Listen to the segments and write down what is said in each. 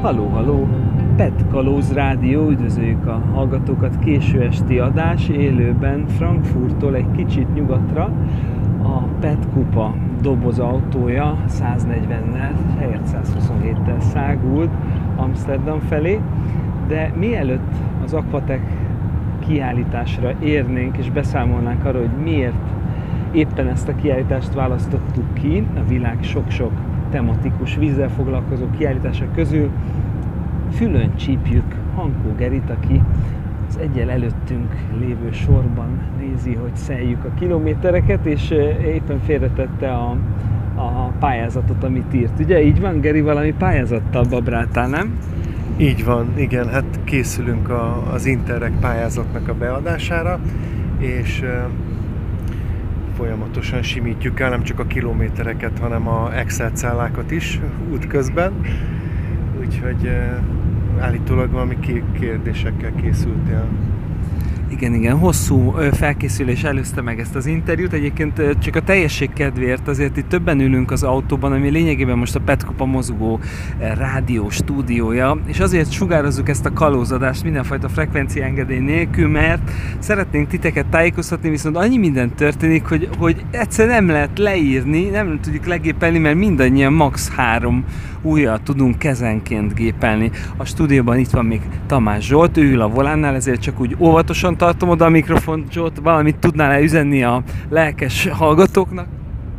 Halló, halló! Pet Kalóz Rádió, üdvözöljük a hallgatókat, késő esti adás, élőben Frankfurttól egy kicsit nyugatra. A Pet Kupa dobozautója 140-nel, helyett 127-tel száguld Amsterdam felé, de mielőtt az Aquatech kiállításra érnénk és beszámolnánk arról, hogy miért éppen ezt a kiállítást választottuk ki a világ sok-sok tematikus vízzel foglalkozó kiállítások közül, fülön csípjük Hankó Gerit, aki az eggyel előttünk lévő sorban nézi, hogy szeljük a kilométereket, és éppen félretette a pályázatot, amit írt. Ugye így van, Geri, valami pályázattal babráltál, nem? Így van, igen, hát készülünk az Interreg pályázatnak a beadására, és folyamatosan simítjuk el nem csak a kilométereket, hanem a Excel cállákat is útközben. Úgyhogy állítólag valami kérdésekkel készültél. Igen, hosszú felkészülés előzte meg ezt az interjút. Egyébként csak a teljesség kedvéért azért itt többen ülünk az autóban, ami lényegében most a Pet Kupa mozgó rádió stúdiója, és azért sugározzuk ezt a kalózadást mindenfajta frekvenciaengedély nélkül, mert szeretnénk titeket tájékoztatni, viszont annyi minden történik, hogy egyszerűen nem lehet leírni, nem tudjuk legépelni, mert mindannyian max. 3 ujjal tudunk kezenként gépelni. A stúdióban itt van még Tamás Zsolt, ő ül a volánnál, ezért csak úgy óvatosan tartom oda a mikrofont. Zsolt, valamit tudnál-e üzenni a lelkes hallgatóknak?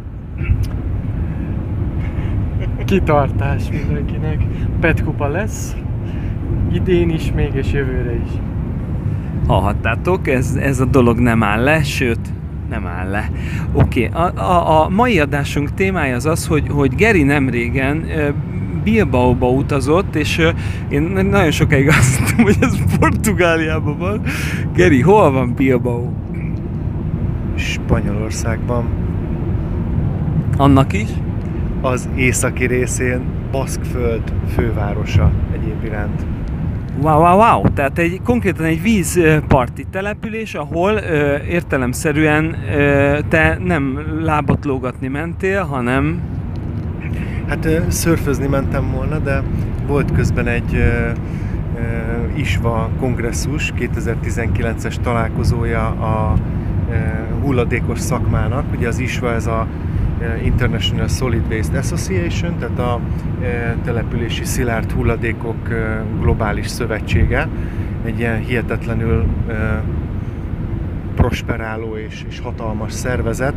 Kitartás mindenkinek. Pet Kupa lesz, idén is, még és jövőre is. Hallhattátok, ez a dolog nem áll le, sőt, nem áll le. Oké. A mai adásunk témája az, hogy Geri nemrégen Bilbaóba utazott, és én nagyon sokáig azt mondtam, hogy ez Portugáliában van. Geri, hol van Bilbao? Spanyolországban. Annak is? Az északi részén, Baszkföld fővárosa egyéb iránt. Wow. Tehát konkrétan egy vízparti település, ahol értelemszerűen te nem lábat lógatni mentél, hanem... Hát szörfözni mentem volna, de volt közben egy ISVA kongresszus, 2019-es találkozója a hulladékos szakmának. Ugye az ISVA, ez a International Solid Waste Association, tehát a települési szilárd hulladékok globális szövetsége. Egy ilyen hihetetlenül prosperáló és hatalmas szervezet.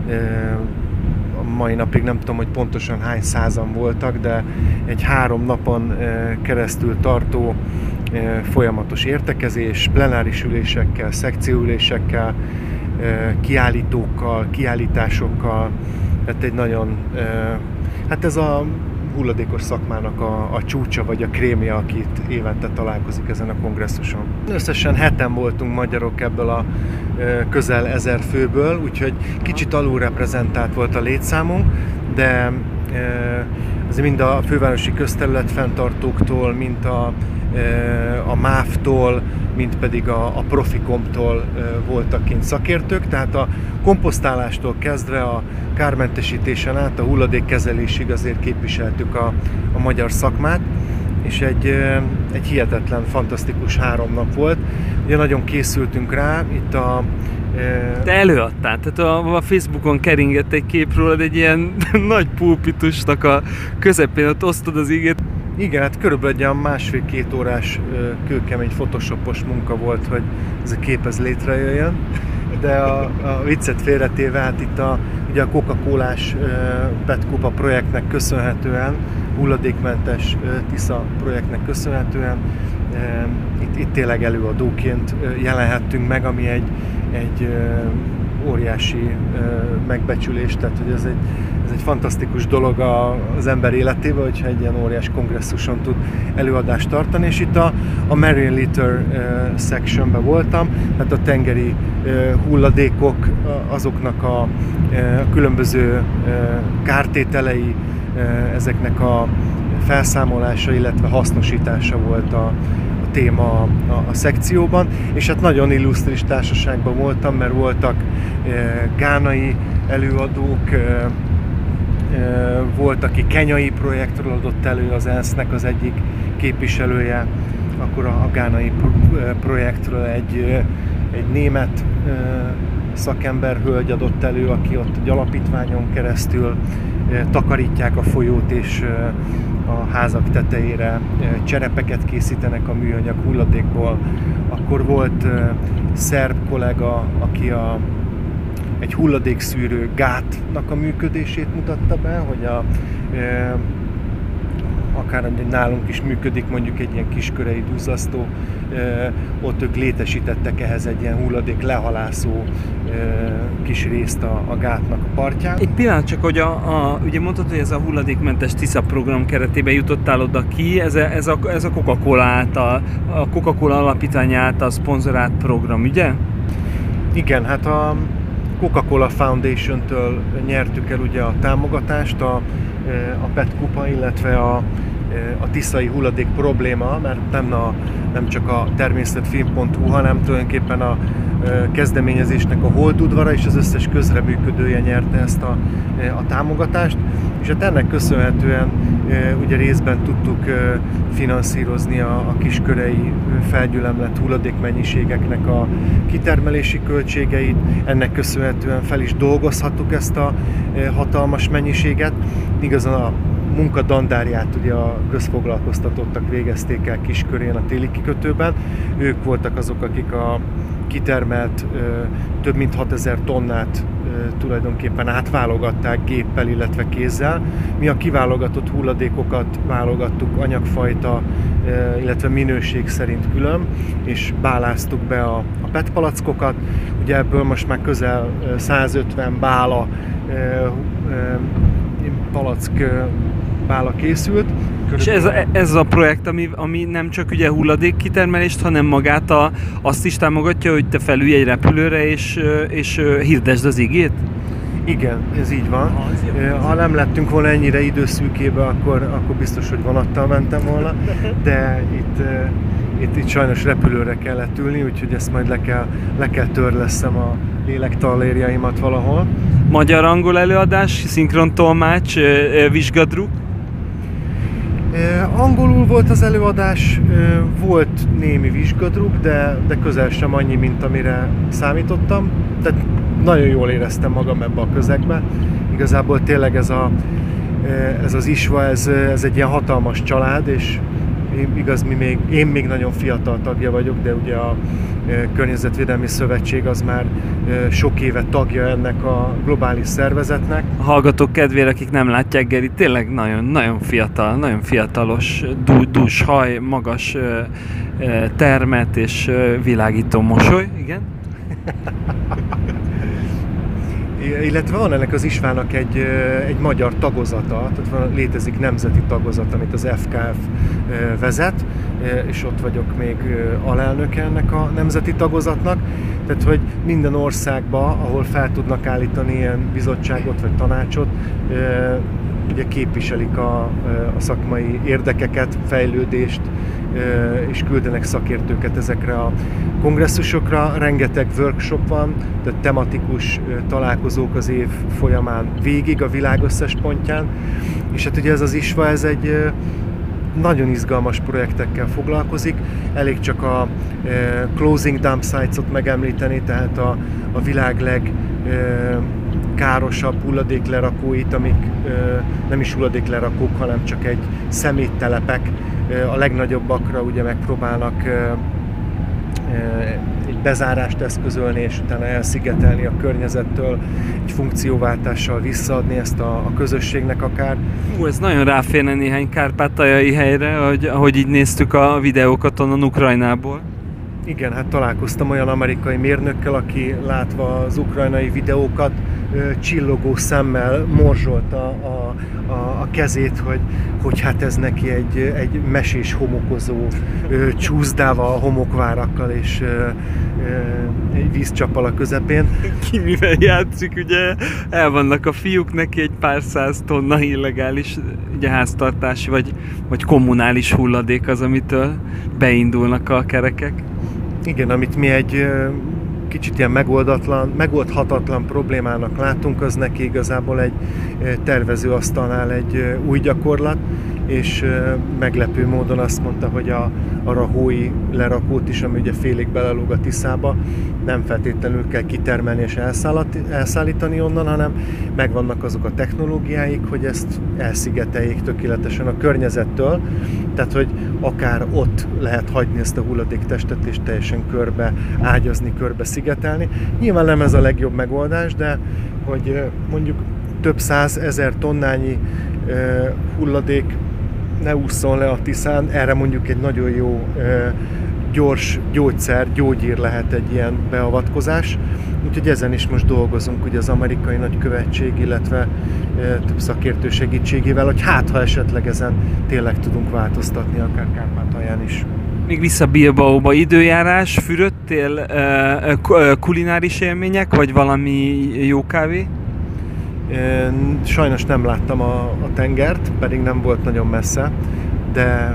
A mai napig nem tudom, hogy pontosan hány százan voltak, de egy 3 napon keresztül tartó folyamatos értekezés, plenáris ülésekkel, szekcióülésekkel, kiállítókkal, kiállításokkal, tehát egy nagyon, hát ez a hulladékos szakmának a csúcsa vagy a krémje, akit évente találkozik ezen a kongresszuson. Összesen 7-en voltunk magyarok ebből a közel 1000 főből, úgyhogy kicsit alulreprezentált volt a létszámunk, de azért mind a fővárosi közterület fenntartóktól, mint a MÁV-tól, mint pedig a Profikomtól voltak kint szakértők, tehát a komposztálástól kezdve a kármentesítésen át a hulladékkezelésig azért képviseltük a magyar szakmát, és egy hihetetlen, fantasztikus 3 nap volt. Ugye nagyon készültünk rá, itt Te előadtál, tehát a Facebookon keringett egy kép rólad, egy ilyen nagy pulpitusnak a közepén, ott osztod az igét. Igen, hát körülbelül egy 1,5-2 órás kőkemény photoshopos munka volt, hogy ez a kép létrejöjjön, de a viccet félretéve, hát itt ugye a Coca-Colás Pet Kupa projektnek köszönhetően, hulladékmentes Tisza projektnek köszönhetően itt tényleg előadóként jelenhettünk meg, ami egy óriási megbecsülés, tehát hogy ez egy fantasztikus dolog az ember életében, hogyha egy ilyen óriás kongresszuson tud előadást tartani, és itt a Marine Litter sectionben voltam, tehát a tengeri hulladékok, azoknak a különböző kártételei, ezeknek a felszámolása, illetve hasznosítása volt a téma a szekcióban, és hát nagyon illusztris társaságban voltam, mert voltak gánai előadók, volt, aki kenyai projektről adott elő, az ENSZ-nek az egyik képviselője, akkor a gánai projektről egy német szakember hölgy adott elő, aki ott egy alapítványon keresztül takarítják a folyót, és a házak tetejére cserepeket készítenek a műanyag hulladékból. Akkor volt szerb kollega, aki egy hulladékszűrő gátnak a működését mutatta be, hogy akár nálunk is működik mondjuk egy ilyen kiskörei duzzasztó, ott ők létesítettek ehhez egy ilyen hulladék lehalászó kis részt a gátnak a partján. Egy pillanat csak, hogy ugye mondtad, hogy ez a hulladékmentes Tisza program keretében jutottál oda ki, ez a Coca-Cola által, a Coca-Cola alapítvány által szponzorált program, ugye? Igen, hát a Coca-Cola Foundation-től nyertük el ugye a támogatást, a PET kupa, illetve a tiszai hulladék probléma, mert nem csak a természetfilm.hu, hanem tulajdonképpen a kezdeményezésnek a holdudvara és az összes közreműködője nyerte ezt a támogatást, és hát ennek köszönhetően ugye részben tudtuk finanszírozni a kiskörei felgyülemlett hulladékmennyiségeknek a kitermelési költségeit, ennek köszönhetően fel is dolgozhattuk ezt a hatalmas mennyiséget. Igazán a munka dandárját ugye a közfoglalkoztatottak végezték el Kiskörén a téli kikötőben. Ők voltak azok, akik a kitermelt több mint 6000 tonnát tulajdonképpen átválogatták géppel, illetve kézzel. Mi a kiválogatott hulladékokat válogattuk anyagfajta, illetve minőség szerint külön, és báláztuk be a PET palackokat. Ugye ebből most már közel 150 bála bála készült. És ez a projekt, ami nem csak ugye hulladék kitermelést, hanem magát azt is támogatja, hogy te felülj egy repülőre és hirdesd az igét? Igen, ez így van. Ha nem lettünk volna ennyire időszűkébe, akkor biztos, hogy vonattal mentem volna, de itt sajnos repülőre kellett ülni, úgyhogy ezt majd le kell törleszem a lélektallérjaimat valahol. Magyar-angol előadás, szinkrontolmács, vizsgadruk? Angolul volt az előadás, volt némi vizsgadruk, de közel sem annyi, mint amire számítottam. Tehát nagyon jól éreztem magam ebbe a közegbe. Igazából tényleg ez az ISVA, ez egy ilyen hatalmas család, és igaz, én még nagyon fiatal tagja vagyok, de ugye a Környezetvédelmi Szövetség az már sok éve tagja ennek a globális szervezetnek. A hallgatók kedvére, akik nem látják Gerit, tényleg nagyon, nagyon fiatal, nagyon fiatalos, dús haj, magas termet és világító mosoly, igen? Illetve van ennek az ISVA-nak egy magyar tagozata, tehát létezik nemzeti tagozat, amit az FKF vezet, és ott vagyok még alelnöke ennek a nemzeti tagozatnak. Tehát, hogy minden országban, ahol fel tudnak állítani ilyen bizottságot vagy tanácsot, ugye képviselik a szakmai érdekeket, fejlődést, és küldenek szakértőket ezekre a kongresszusokra. Rengeteg workshop van, tehát tematikus találkozók az év folyamán végig a világ összes pontján, és hát ugye ez az ISVA, ez egy nagyon izgalmas projektekkel foglalkozik. Elég csak a closing dump sites-ot megemlíteni, tehát a világ legkárosabb hulladéklerakóit, amik nem is hulladéklerakók, hanem csak egy szeméttelepek. A legnagyobbakra ugye megpróbálnak egy bezárást eszközölni, és utána elszigetelni a környezettől, egy funkcióváltással visszaadni ezt a közösségnek akár. Ez nagyon ráférne néhány kárpátaljai helyre, ahogy így néztük a videókat onnan Ukrajnából. Igen, hát találkoztam olyan amerikai mérnökkel, aki látva az ukrajnai videókat csillogó szemmel morzsolta a kezét, hogy hát ez neki egy mesés homokozó csúszdával, homokvárakkal és egy vízcsappal a közepén. Ki mivel játszik, ugye el vannak a fiúk, neki egy pár száz tonna illegális ugye, háztartási vagy kommunális hulladék az, amitől beindulnak a kerekek. Igen, amit mi egy kicsit ilyen megoldhatatlan problémának látunk, az neki igazából egy tervezőasztalnál egy új gyakorlat, és meglepő módon azt mondta, hogy a rahói lerakót is, ami ugye félig belelóg a Tiszába, nem feltétlenül kell kitermelni és elszállítani onnan, hanem megvannak azok a technológiáik, hogy ezt elszigeteljék tökéletesen a környezettől, tehát hogy akár ott lehet hagyni ezt a hulladéktestet és teljesen körbe ágyazni, körbe szigetelni. Nyilván nem ez a legjobb megoldás, de hogy mondjuk több 100 000 tonnányi hulladék ne ússzon le a Tiszán, erre mondjuk egy nagyon jó gyors gyógyír lehet egy ilyen beavatkozás. Úgyhogy ezen is most dolgozunk ugye az amerikai nagykövetség, illetve több szakértő segítségével, hogy ha esetleg ezen tényleg tudunk változtatni, akár Kárpátalján is. Még vissza Bilbaóba, időjárás, fürödtél, kulináris élmények, vagy valami jó kávé? Sajnos nem láttam a tengert, pedig nem volt nagyon messze, de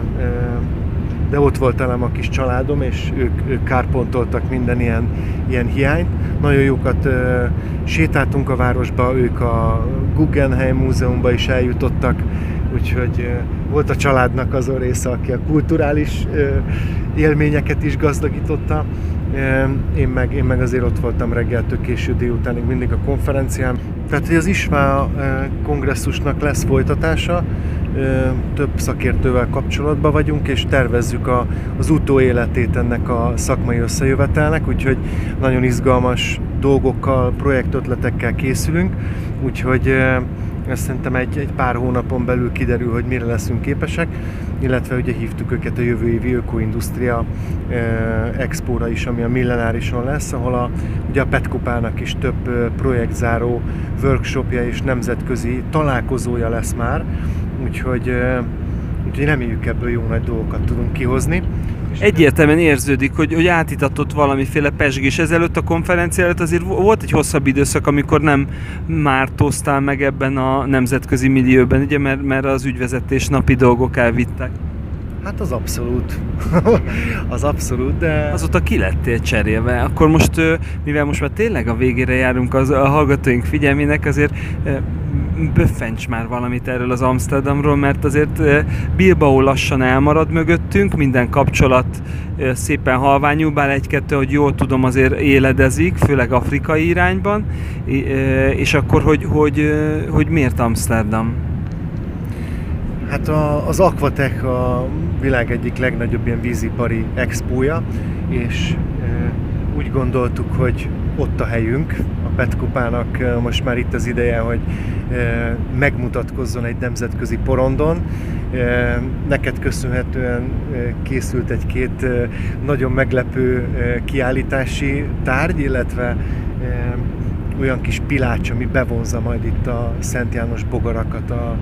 ott volt velem a kis családom, és ők kárpontoltak minden ilyen hiányt. Nagyon jókat sétáltunk a városba, ők a Guggenheim Múzeumba is eljutottak, úgyhogy volt a családnak azon része, aki a kulturális élményeket is gazdagította. Én meg azért ott voltam reggeltől késő délutánig mindig a konferencián. Tehát, hogy az ISVA kongresszusnak lesz folytatása, több szakértővel kapcsolatban vagyunk, és tervezzük az utóéletét ennek a szakmai összejövetelnek, úgyhogy nagyon izgalmas dolgokkal, projektötletekkel készülünk, úgyhogy ezt szerintem egy pár hónapon belül kiderül, hogy mire leszünk képesek, illetve ugye hívtuk őket a jövő évi Ökoindustria Expóra is, ami a Millenárison lesz, ahol ugye a PET-kupának is több projektzáró workshopja és nemzetközi találkozója lesz már, úgyhogy reméljük ebből jó nagy dolgokat tudunk kihozni. Egyértelműen érződik, hogy átitatott valamiféle pezsgés. Ezelőtt a konferencia előtt azért volt egy hosszabb időszak, amikor nem mártóztál meg ebben a nemzetközi millióben, ugye, mert az ügyvezetés napi dolgok elvittek. Hát az abszolút. Az abszolút, de... Azóta ki lettél cserélve. Akkor most, mivel most már tényleg a végére járunk a hallgatóink figyelmének, azért böffents már valamit erről az Amsterdamról, mert azért Bilbao lassan elmarad mögöttünk, minden kapcsolat szépen halványul, bár egy-kettő, hogy jól tudom, azért éledezik, főleg afrikai irányban, és akkor, hogy miért Amsterdam? Hát az Aquatech a világ egyik legnagyobb ilyen vízipari expója, és úgy gondoltuk, hogy ott a helyünk, a PET-kupának most már itt az ideje, hogy megmutatkozzon egy nemzetközi porondon. Neked köszönhetően készült egy-két nagyon meglepő kiállítási tárgy, illetve olyan kis pilács, ami bevonza majd itt a Szent János bogarakat a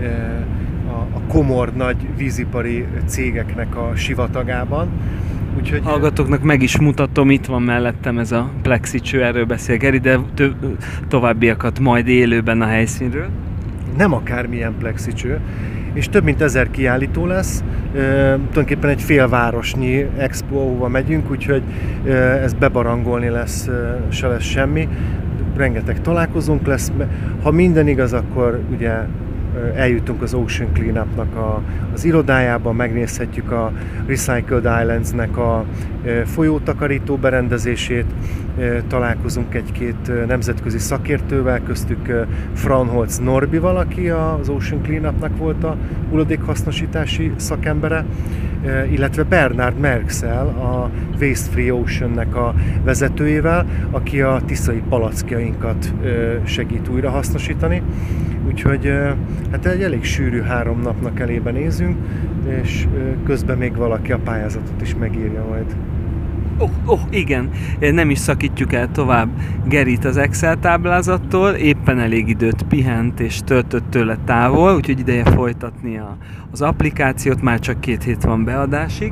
komor nagy vízipari cégeknek a sivatagában. Úgyhogy... Hallgatóknak meg is mutatom, itt van mellettem ez a plexicső, erről beszél Geri, de továbbiakat majd élőben a helyszínről. Nem akármilyen plexicső, és több mint 1000 kiállító lesz, tulajdonképpen egy félvárosnyi expo, ahova megyünk, úgyhogy ez bebarangolni lesz, se lesz semmi. Rengeteg találkozónk lesz. Ha minden igaz, akkor ugye eljutunk az Ocean Cleanup-nak az irodájába, megnézhetjük a Recycled Islands-nek a folyótakarító berendezését, találkozunk egy-két nemzetközi szakértővel, köztük Fraunholz Norbival, aki az Ocean Cleanup-nak volt a hulladékhasznosítási szakembere, illetve Bernard Merksel, a Waste Free Ocean-nek a vezetőjével, aki a tiszai palackjainkat segít újra hasznosítani. Úgyhogy hát egy elég sűrű 3 napnak elébe nézünk, és közben még valaki a pályázatot is megírja majd. Igen, nem is szakítjuk el tovább Gerit az Excel táblázattól, éppen elég időt pihent és töltött tőle távol, úgyhogy ideje folytatni az applikációt, már csak 2 hét van beadásig.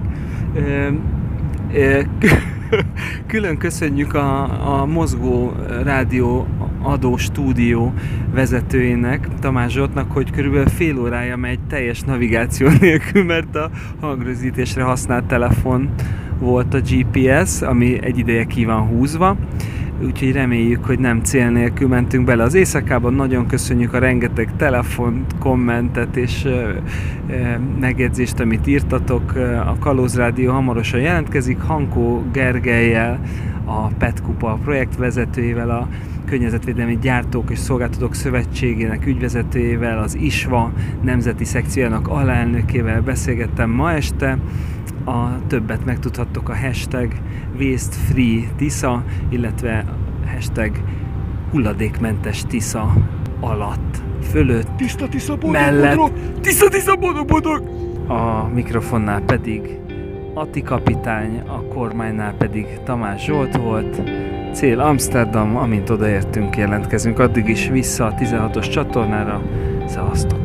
Külön köszönjük a Mozgó Rádió adó stúdió vezetőjének, Tamás Zsoltnak, hogy körülbelül fél órája megy teljes navigáció nélkül, mert a hangrögzítésre használt telefon volt a GPS, ami egy ideje ki van húzva. Úgyhogy reméljük, hogy nem cél nélkül mentünk bele az éjszakában. Nagyon köszönjük a rengeteg telefont, kommentet és megjegyzést, amit írtatok. A Kalóz Rádió hamarosan jelentkezik, Hankó Gergellyel, a Petkupa projektvezetőjével, a Környezetvédelmi Gyártók és Szolgáltatók Szövetségének ügyvezetőjével, az ISVA nemzeti szekciójának alelnökével beszélgettem ma este. A többet megtudhattok a hashtag Waste Free Tisza, illetve hashtag hulladékmentes Tisza alatt, fölött, Tiszta Tisza, mellett, Tisza bodog. A mikrofonnál pedig Ati kapitány, a kormánynál pedig Tamás Zsolt volt. Cél Amsterdam, amint odaértünk, jelentkezünk addig is vissza a 16-os csatornára. Szevasztok!